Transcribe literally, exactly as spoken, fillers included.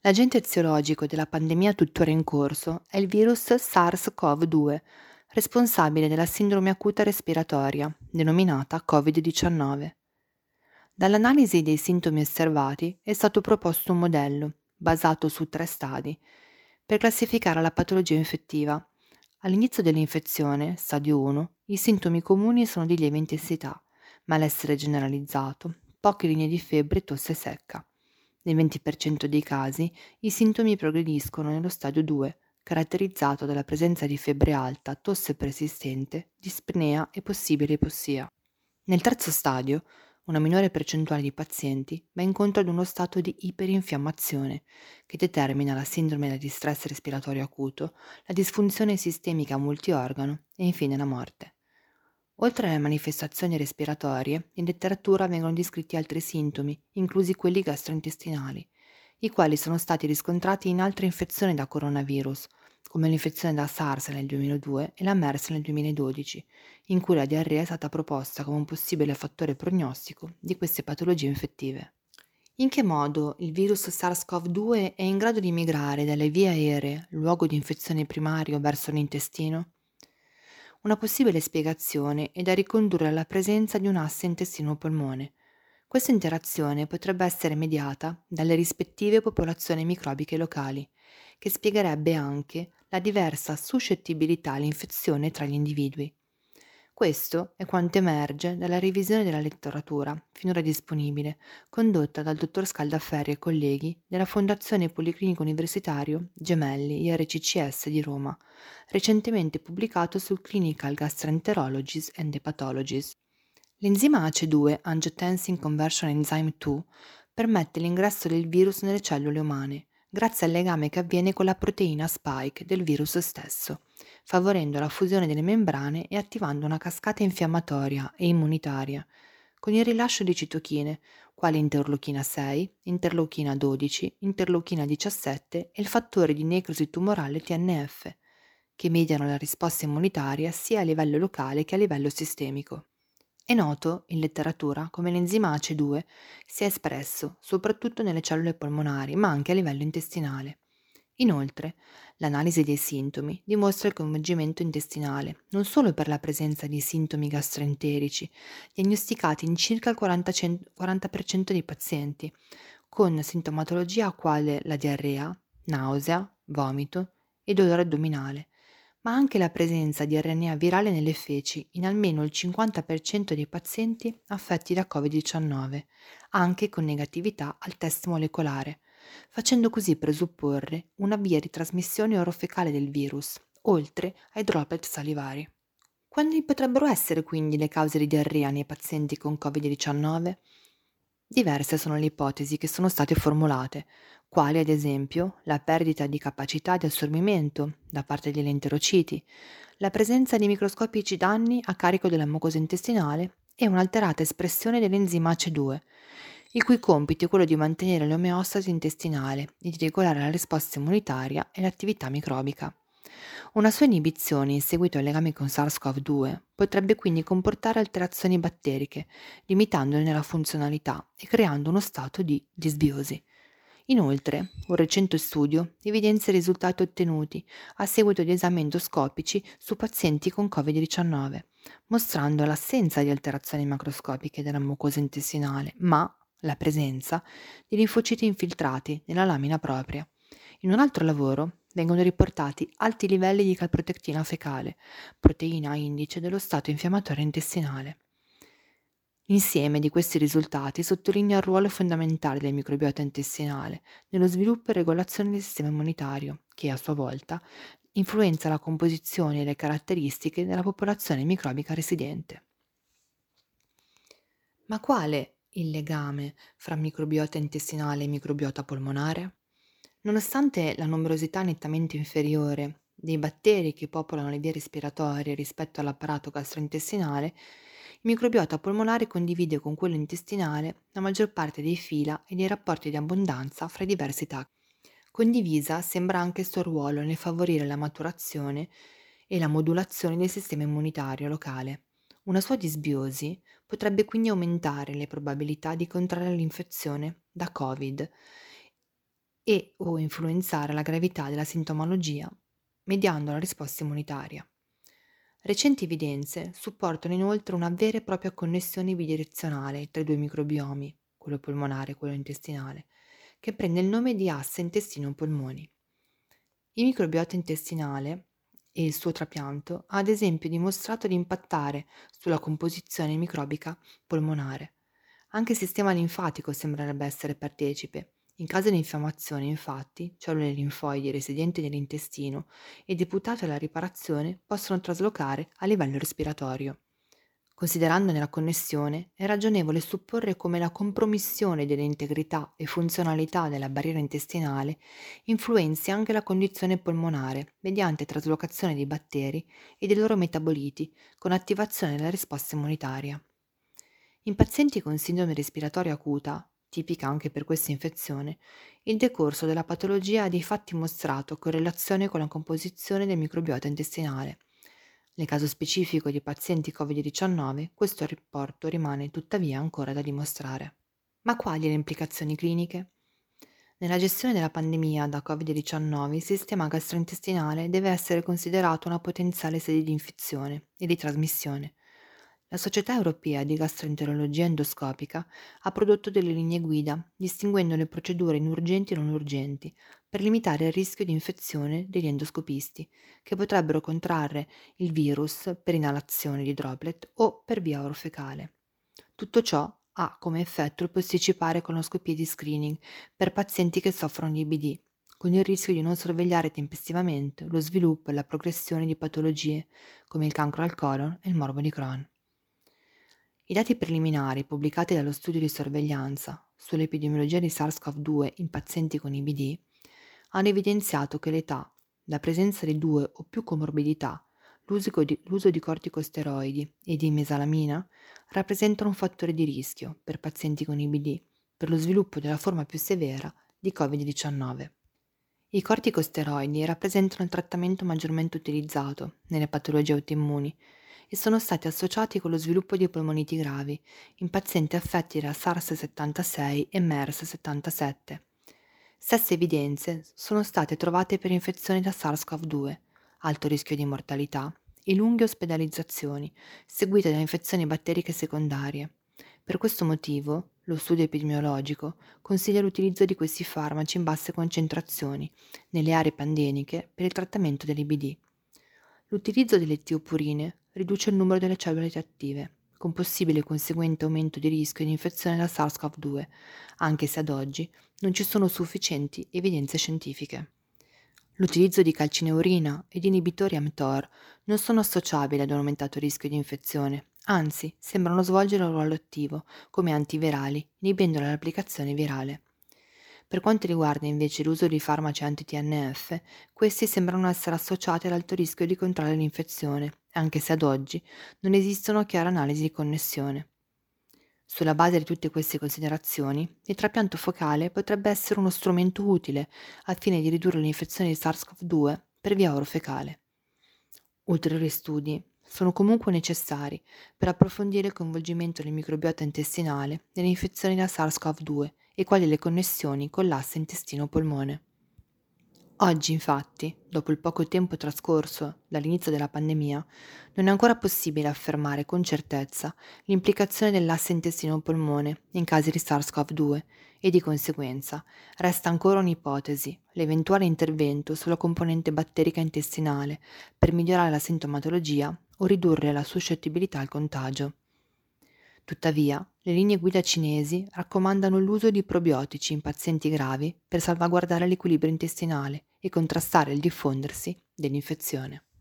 L'agente eziologico della pandemia tuttora in corso è il virus SARS-CoV due, responsabile della sindrome acuta respiratoria, denominata covid diciannove. Dall'analisi dei sintomi osservati è stato proposto un modello, basato su tre stadi, per classificare la patologia infettiva. All'inizio dell'infezione, stadio uno, i sintomi comuni sono di lieve intensità, malessere generalizzato, poche linee di febbre e tosse secca. Nel venti per cento dei casi i sintomi progrediscono nello stadio due, caratterizzato dalla presenza di febbre alta, tosse persistente, dispnea e possibile ipossia. Nel terzo stadio, una minore percentuale di pazienti va incontro ad uno stato di iperinfiammazione, che determina la sindrome da distress respiratorio acuto, la disfunzione sistemica multiorgano e infine la morte. Oltre alle manifestazioni respiratorie, in letteratura vengono descritti altri sintomi, inclusi quelli gastrointestinali, i quali sono stati riscontrati in altre infezioni da coronavirus, come l'infezione da SARS nel duemiladue e la MERS nel duemiladodici, in cui la diarrea è stata proposta come un possibile fattore prognostico di queste patologie infettive. In che modo il virus SARS-CoV due è in grado di migrare dalle vie aeree, luogo di infezione primario, verso l'intestino? Una possibile spiegazione è da ricondurre alla presenza di un asse intestino-polmone. Questa interazione potrebbe essere mediata dalle rispettive popolazioni microbiche locali, che spiegherebbe anche la diversa suscettibilità all'infezione tra gli individui. Questo è quanto emerge dalla revisione della letteratura finora disponibile, condotta dal dottor Scaldaferri e colleghi della Fondazione Policlinico Universitario Gemelli I R C C S di Roma, recentemente pubblicato sul Clinical Gastroenterologies and Hepatologies. L'enzima A C E due Angiotensin Conversion Enzyme due permette l'ingresso del virus nelle cellule umane, grazie al legame che avviene con la proteina spike del virus stesso, favorendo la fusione delle membrane e attivando una cascata infiammatoria e immunitaria, con il rilascio di citochine, quali interleuchina sei, interleuchina dodici, interleuchina diciassette e il fattore di necrosi tumorale T N F, che mediano la risposta immunitaria sia a livello locale che a livello sistemico. È noto, in letteratura, come l'enzima A C E due sia espresso soprattutto nelle cellule polmonari, ma anche a livello intestinale. Inoltre, l'analisi dei sintomi dimostra il coinvolgimento intestinale, non solo per la presenza di sintomi gastroenterici, diagnosticati in circa il quaranta per cento dei pazienti, con sintomatologia quale la diarrea, nausea, vomito e dolore addominale, ma anche la presenza di R N A virale nelle feci in almeno il cinquanta per cento dei pazienti affetti da covid diciannove, anche con negatività al test molecolare, facendo così presupporre una via di trasmissione orofecale del virus, oltre ai droplet salivari. Quali potrebbero essere quindi le cause di diarrea nei pazienti con covid diciannove? Diverse sono le ipotesi che sono state formulate, quali ad esempio la perdita di capacità di assorbimento da parte degli enterociti, la presenza di microscopici danni a carico della mucosa intestinale e un'alterata espressione dell'enzima A C E due, il cui compito è quello di mantenere l'omeostasi intestinale e di regolare la risposta immunitaria e l'attività microbica. Una sua inibizione in seguito al legame con SARS-CoV due potrebbe quindi comportare alterazioni batteriche, limitandone la funzionalità e creando uno stato di disbiosi. Inoltre, un recente studio evidenzia i risultati ottenuti a seguito di esami endoscopici su pazienti con covid diciannove, mostrando l'assenza di alterazioni macroscopiche della mucosa intestinale, ma la presenza di linfociti infiltrati nella lamina propria. In un altro lavoro vengono riportati alti livelli di calprotectina fecale, proteina indice dello stato infiammatorio intestinale. L'insieme di questi risultati sottolinea il ruolo fondamentale del microbiota intestinale nello sviluppo e regolazione del sistema immunitario, che a sua volta influenza la composizione e le caratteristiche della popolazione microbica residente. Ma quale il legame fra microbiota intestinale e microbiota polmonare? Nonostante la numerosità nettamente inferiore dei batteri che popolano le vie respiratorie rispetto all'apparato gastrointestinale, il microbiota polmonare condivide con quello intestinale la maggior parte dei fila e dei rapporti di abbondanza fra i diversi tacchi. Condivisa sembra anche il suo ruolo nel favorire la maturazione e la modulazione del sistema immunitario locale. Una sua disbiosi potrebbe quindi aumentare le probabilità di contrarre l'infezione da Covid e o influenzare la gravità della sintomologia mediando la risposta immunitaria. Recenti evidenze supportano inoltre una vera e propria connessione bidirezionale tra i due microbiomi, quello polmonare e quello intestinale, che prende il nome di asse intestino-polmoni. Il microbiota intestinale e il suo trapianto ha ad esempio dimostrato di impattare sulla composizione microbica polmonare. Anche il sistema linfatico sembrerebbe essere partecipe. In caso di infiammazione, infatti, cellule linfoidi residenti nell'intestino e deputate alla riparazione possono traslocare a livello respiratorio. Considerandone la connessione, è ragionevole supporre come la compromissione dell'integrità e funzionalità della barriera intestinale influenzi anche la condizione polmonare mediante traslocazione dei batteri e dei loro metaboliti con attivazione della risposta immunitaria. In pazienti con sindrome respiratoria acuta, tipica anche per questa infezione, il decorso della patologia ha di fatti mostrato correlazione con la composizione del microbiota intestinale. Nel caso specifico di pazienti covid diciannove, questo rapporto rimane tuttavia ancora da dimostrare. Ma quali le implicazioni cliniche? Nella gestione della pandemia da covid diciannove, il sistema gastrointestinale deve essere considerato una potenziale sede di infezione e di trasmissione. La Società Europea di Gastroenterologia Endoscopica ha prodotto delle linee guida, distinguendo le procedure in urgenti e non urgenti, per limitare il rischio di infezione degli endoscopisti, che potrebbero contrarre il virus per inalazione di droplet o per via orofecale. Tutto ciò ha come effetto il posticipare colonoscopie di screening per pazienti che soffrono di I B D, con il rischio di non sorvegliare tempestivamente lo sviluppo e la progressione di patologie come il cancro al colon e il morbo di Crohn. I dati preliminari pubblicati dallo studio di sorveglianza sull'epidemiologia di SARS-CoV due in pazienti con I B D hanno evidenziato che l'età, la presenza di due o più comorbidità, l'uso di, l'uso di corticosteroidi e di mesalamina rappresentano un fattore di rischio per pazienti con I B D per lo sviluppo della forma più severa di covid diciannove. I corticosteroidi rappresentano il trattamento maggiormente utilizzato nelle patologie autoimmuni e sono stati associati con lo sviluppo di polmoniti gravi in pazienti affetti da SARS settantasei e MERS settantasette. Stesse evidenze sono state trovate per infezioni da SARS-CoV due, alto rischio di mortalità e lunghe ospedalizzazioni, seguite da infezioni batteriche secondarie. Per questo motivo, lo studio epidemiologico consiglia l'utilizzo di questi farmaci in basse concentrazioni nelle aree pandemiche per il trattamento dell'I B D. L'utilizzo delle tiopurine riduce il numero delle cellule T attive, con possibile conseguente aumento di rischio di infezione da SARS-CoV due, anche se ad oggi non ci sono sufficienti evidenze scientifiche. L'utilizzo di calcineurina e di inibitori mTOR non sono associabili ad un aumentato rischio di infezione, anzi sembrano svolgere un ruolo attivo come antivirali, inibendo la replicazione virale. Per quanto riguarda invece l'uso di farmaci anti-T N F, questi sembrano essere associati ad alto rischio di contrarre l'infezione, anche se ad oggi non esistono chiare analisi di connessione. Sulla base di tutte queste considerazioni, il trapianto focale potrebbe essere uno strumento utile al fine di ridurre l'infezione di SARS-CoV due per via orofecale. Ulteriori studi sono comunque necessari per approfondire il coinvolgimento del microbiota intestinale nelle infezioni da SARS-CoV due e quali le connessioni con l'asse intestino-polmone. Oggi, infatti, dopo il poco tempo trascorso dall'inizio della pandemia, non è ancora possibile affermare con certezza l'implicazione dell'asse intestino-polmone in casi di SARS-CoV due e di conseguenza resta ancora un'ipotesi l'eventuale intervento sulla componente batterica intestinale per migliorare la sintomatologia o ridurre la suscettibilità al contagio. Tuttavia, le linee guida cinesi raccomandano l'uso di probiotici in pazienti gravi per salvaguardare l'equilibrio intestinale e contrastare il diffondersi dell'infezione.